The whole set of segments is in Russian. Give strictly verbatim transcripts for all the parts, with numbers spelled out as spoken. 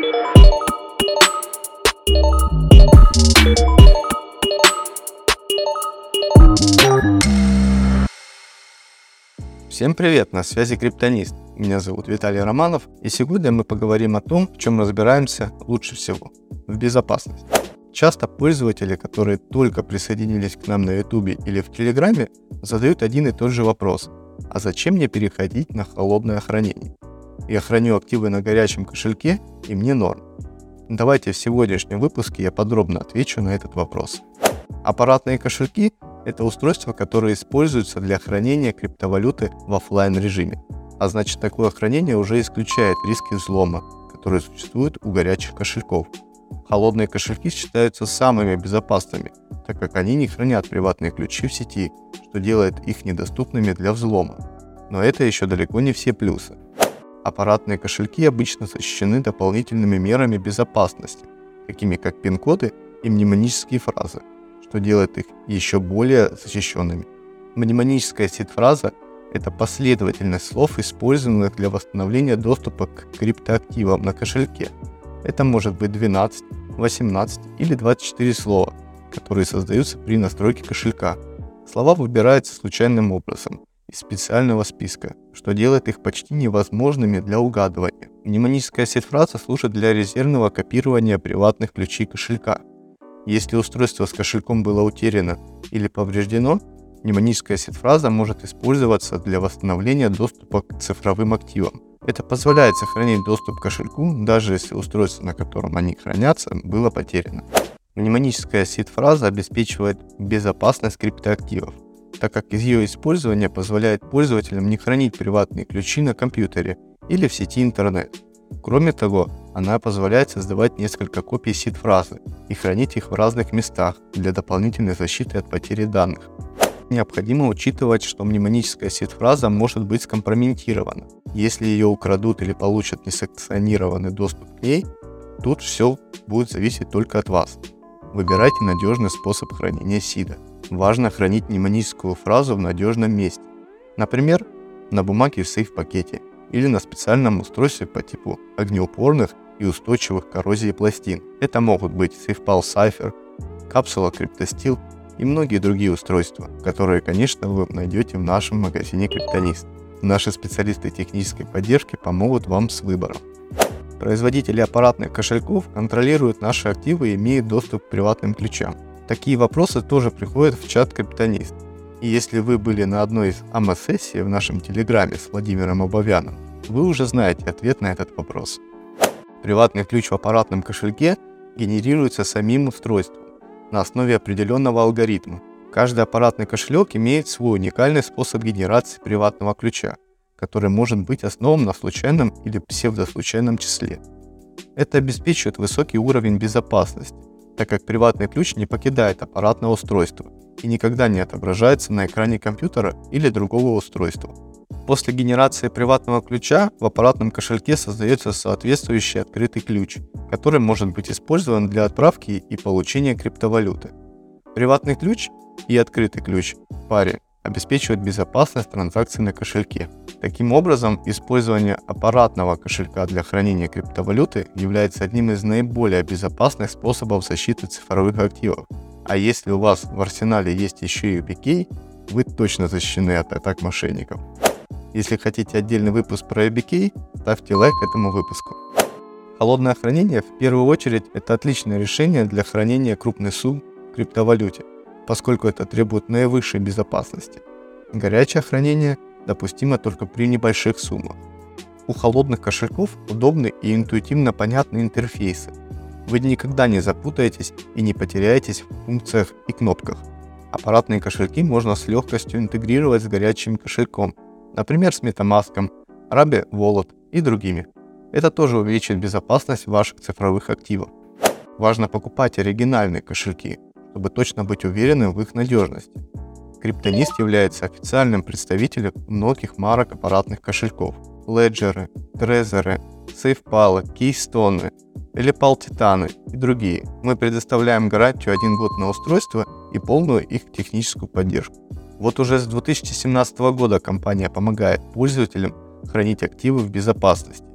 Всем привет, на связи Криптонист. Меня зовут Виталий Романов, и сегодня мы поговорим о том, в чем разбираемся лучше всего – в безопасности. Часто пользователи, которые только присоединились к нам на YouTube или в Телеграме, задают один и тот же вопрос: а зачем мне переходить на холодное хранение? Я храню активы на горячем кошельке, и мне норм. Давайте в сегодняшнем выпуске я подробно отвечу на этот вопрос. Аппаратные кошельки – это устройства, которые используются для хранения криптовалюты в офлайн режиме. А значит, такое хранение уже исключает риски взлома, которые существуют у горячих кошельков. Холодные кошельки считаются самыми безопасными, так как они не хранят приватные ключи в сети, что делает их недоступными для взлома. Но это еще далеко не все плюсы. Аппаратные кошельки обычно защищены дополнительными мерами безопасности, такими как пин-коды и мнемонические фразы, что делает их еще более защищенными. Мнемоническая сид-фраза – это последовательность слов, использованных для восстановления доступа к криптоактивам на кошельке. Это может быть двенадцать, восемнадцать или двадцать четыре слова, которые создаются при настройке кошелька. Слова выбираются случайным образом из специального списка, что делает их почти невозможными для угадывания. Мнемоническая сид-фраза служит для резервного копирования приватных ключей кошелька. Если устройство с кошельком было утеряно или повреждено, мнемоническая сид-фраза может использоваться для восстановления доступа к цифровым активам. Это позволяет сохранить доступ к кошельку, даже если устройство, на котором они хранятся, было потеряно. Мнемоническая сид-фраза обеспечивает безопасность криптоактивов, так как ее использование позволяет пользователям не хранить приватные ключи на компьютере или в сети интернет. Кроме того, она позволяет создавать несколько копий сид-фразы и хранить их в разных местах для дополнительной защиты от потери данных. Необходимо учитывать, что мнемоническая сид-фраза может быть скомпрометирована. Если ее украдут или получат несанкционированный доступ к ней, тут все будет зависеть только от вас. Выбирайте надежный способ хранения сида. Важно хранить мнемоническую фразу в надежном месте. Например, на бумаге в сейф-пакете или на специальном устройстве по типу огнеупорных и устойчивых к коррозии пластин. Это могут быть SafePal Cypher, капсула CryptoSteel и многие другие устройства, которые, конечно, вы найдете в нашем магазине Криптонист. Наши специалисты технической поддержки помогут вам с выбором. Производители аппаратных кошельков контролируют наши активы и имеют доступ к приватным ключам. Такие вопросы тоже приходят в чат Криптонист. И если вы были на одной из эй эм эс-сессий в нашем телеграме с Владимиром Абовяном, вы уже знаете ответ на этот вопрос. Приватный ключ в аппаратном кошельке генерируется самим устройством на основе определенного алгоритма. Каждый аппаратный кошелек имеет свой уникальный способ генерации приватного ключа, который может быть основан на случайном или псевдослучайном числе. Это обеспечивает высокий уровень безопасности, так как приватный ключ не покидает аппаратное устройство и никогда не отображается на экране компьютера или другого устройства. После генерации приватного ключа в аппаратном кошельке создается соответствующий открытый ключ, который может быть использован для отправки и получения криптовалюты. Приватный ключ и открытый ключ в паре обеспечивают безопасность транзакций на кошельке. Таким образом, использование аппаратного кошелька для хранения криптовалюты является одним из наиболее безопасных способов защиты цифровых активов. А если у вас в арсенале есть еще и эй би кей, вы точно защищены от атак мошенников. Если хотите отдельный выпуск про эй би кей, ставьте лайк этому выпуску. Холодное хранение в первую очередь это отличное решение для хранения крупных сумм в криптовалюте, поскольку это требует наивысшей безопасности. Горячее хранение допустимо только при небольших суммах. У холодных кошельков удобны и интуитивно понятные интерфейсы. Вы никогда не запутаетесь и не потеряетесь в функциях и кнопках. Аппаратные кошельки можно с легкостью интегрировать с горячим кошельком, например, с MetaMask, Rabi Wallet и другими. Это тоже увеличит безопасность ваших цифровых активов. Важно покупать оригинальные кошельки, чтобы точно быть уверенным в их надежности. Криптонист является официальным представителем многих марок аппаратных кошельков: Ledger, Trezor, SafePal, Keystone, Elipal Titan и другие. Мы предоставляем гарантию один год на устройство и полную их техническую поддержку. Вот уже с две тысячи семнадцатого года компания помогает пользователям хранить активы в безопасности.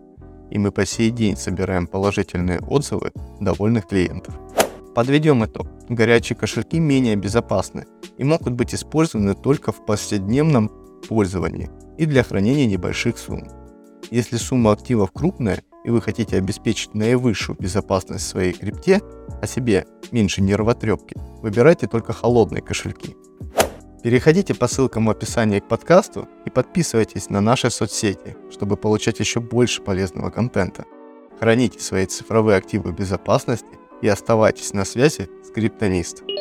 и мы по сей день собираем положительные отзывы довольных клиентов. Подведем итог. Горячие кошельки менее безопасны и могут быть использованы только в повседневном пользовании и для хранения небольших сумм. Если сумма активов крупная и вы хотите обеспечить наивысшую безопасность в своей крипте, а себе меньше нервотрепки, выбирайте только холодные кошельки. Переходите по ссылкам в описании к подкасту и подписывайтесь на наши соцсети, чтобы получать еще больше полезного контента. Храните свои цифровые активы в безопасности и оставайтесь на связи с Криптонист.